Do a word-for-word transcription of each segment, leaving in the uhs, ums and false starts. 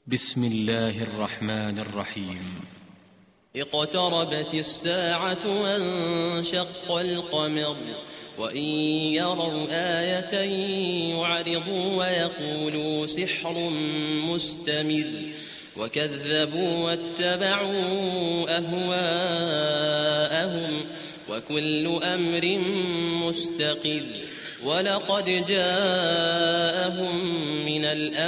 بسم الله الرحمن الرحيم. اقتربت الساعة وانشق القمر وإن يروا آية يعرضوا ويقولوا سحر مستمر وكذبوا واتبعوا أهواءهم وكل أمر مستقر ولقد جاءهم من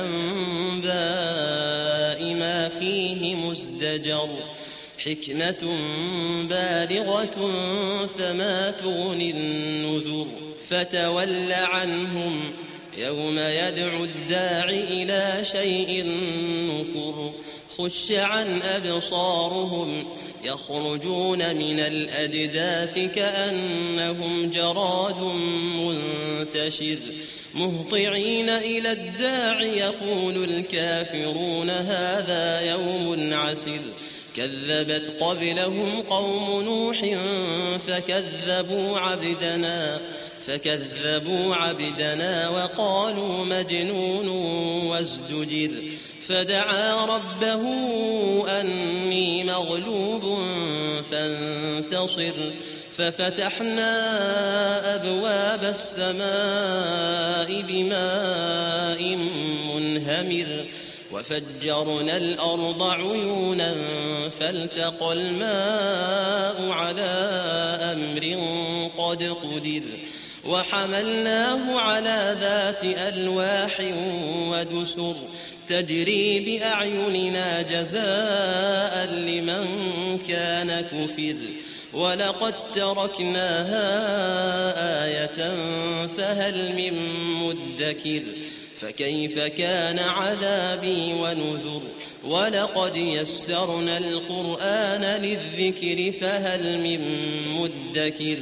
الأنباء ما فيه مزدجر حكمة بالغة فما تغني النذر فتول عنهم يوم يدعو الداع إلى شيء نكر خش عن أبصارهم يخرجون من الأجداث كأنهم جراد منتشر مهطعين إلى الداع يقول الكافرون هذا يوم عسر كذبت قبلهم قوم نوح فكذبوا عبدنا فكذبوا عبدنا وقالوا مجنون وازدجر فدعا ربه أني مغلوب فانتصر ففتحنا أبواب السماء بماء منهمر وفجرنا الأرض عيونا فالتقى الماء على أمر قد قدر وحملناه على ذات ألواح ودسر تجري بأعيننا جزاء لمن كان كفر ولقد تركناها آية فهل من مدكر فكيف كان عذابي ونذر ولقد يسرنا القرآن للذكر فهل من مدكر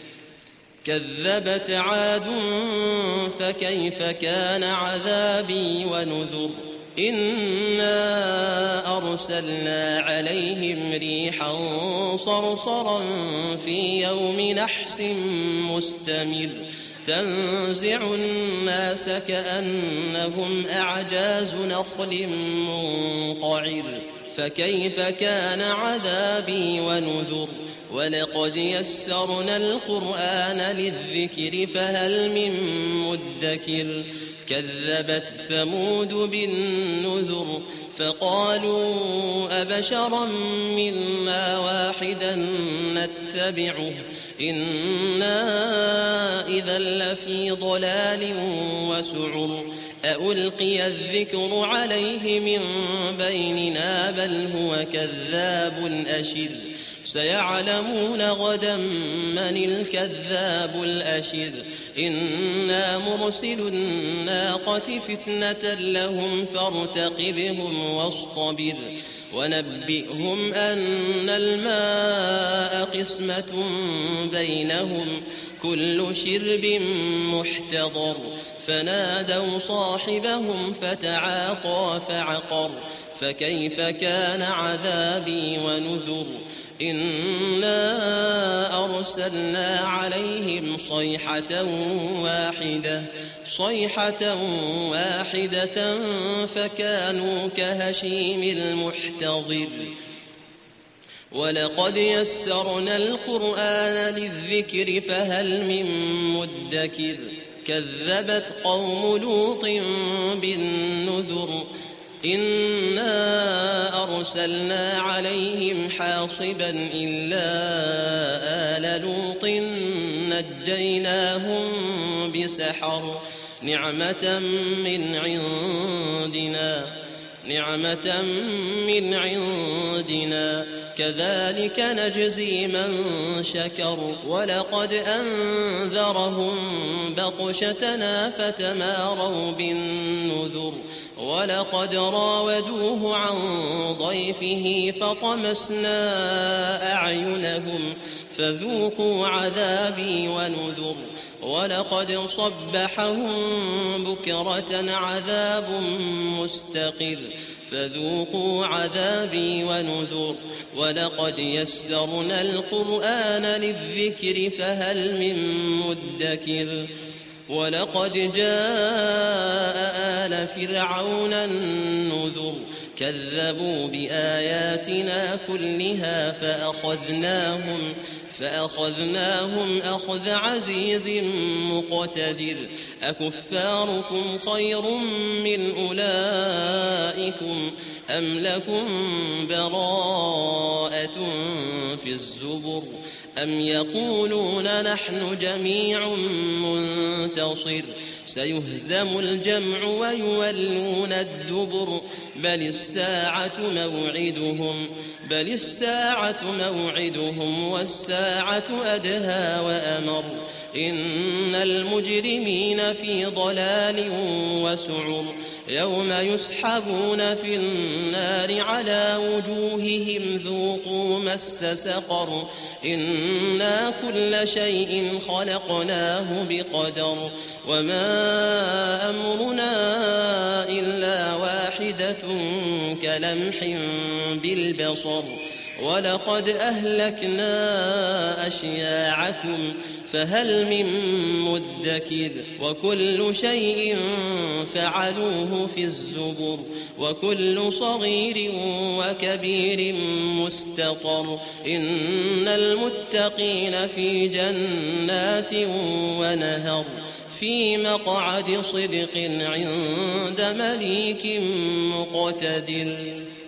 كذبت عاد فكيف كان عذابي ونذر إنا أرسلنا عليهم ريحا صرصرا في يوم نحس مستمر تنزع الناس كأنهم أعجاز نخل منقعر فكيف كان عذابي ونذر ولقد يسرنا القرآن للذكر فهل من مدكر كذبت ثمود بالنذر فقالوا أبشرا منا واحدا نتبعه إنا إذا لفي ضلال وسعر أألقي الذكر عليه من بيننا بل هو كذاب أشر سيعلمون غدا من الكذاب الأشر إنا مرسل الناقة فتنة لهم فارتقبهم واصطبر ونبئهم أن الماء قسمة بينهم كل شرب محتضر فنادوا صاحبهم فتعاطى فعقر فكيف كان عذابي ونذر إنا أرسلنا عليهم صيحة واحدة صيحة واحدة فكانوا كهشيم المحتضر ولقد يسرنا القرآن للذكر فهل من مدكر كذبت قوم لوط بالنذر إنا أرسلنا عليهم حاصبا إلا آل لوط نجيناهم بسحر نعمة من عندنا نعمة من عندنا كذلك نجزي من شكر ولقد أنذرهم بطشتنا فتماروا بالنذر ولقد راودوه عن ضيفه فطمسنا أعينهم فذوقوا عذابي ونذر ولقد صبحهم بكرة عذاب مستقر فذوقوا عذابي ونذر ولقد يسرنا القرآن للذكر فهل من مدكر ولقد جاء آل فرعون النذر كذبوا بآياتنا كلها فأخذناهم فأخذناهم أخذ عزيز مقتدر أكفاركم خير من أولئكم أم لكم براءة في الزبر أم يقولون نحن جميع منتصر سيهزم الجمع ويولون الدبر بل الساعة موعدهم بل الساعة موعدهم والساعة أدهى وأمر إن المجرمين في ضلال وسعر يوم يسحبون في النار على وجوههم ذوقوا مس سقر إنا كل شيء خلقناه بقدر وما أمرنا إلا واحدة كلمح بالبصر ولقد أهلكنا أشياعكم فهل من مدكر وكل شيء فعلوه في الزبر وكل صغير وكبير مستقر إن المتقين في جنات ونهر في مقعد صدق عند مليك مقتدر.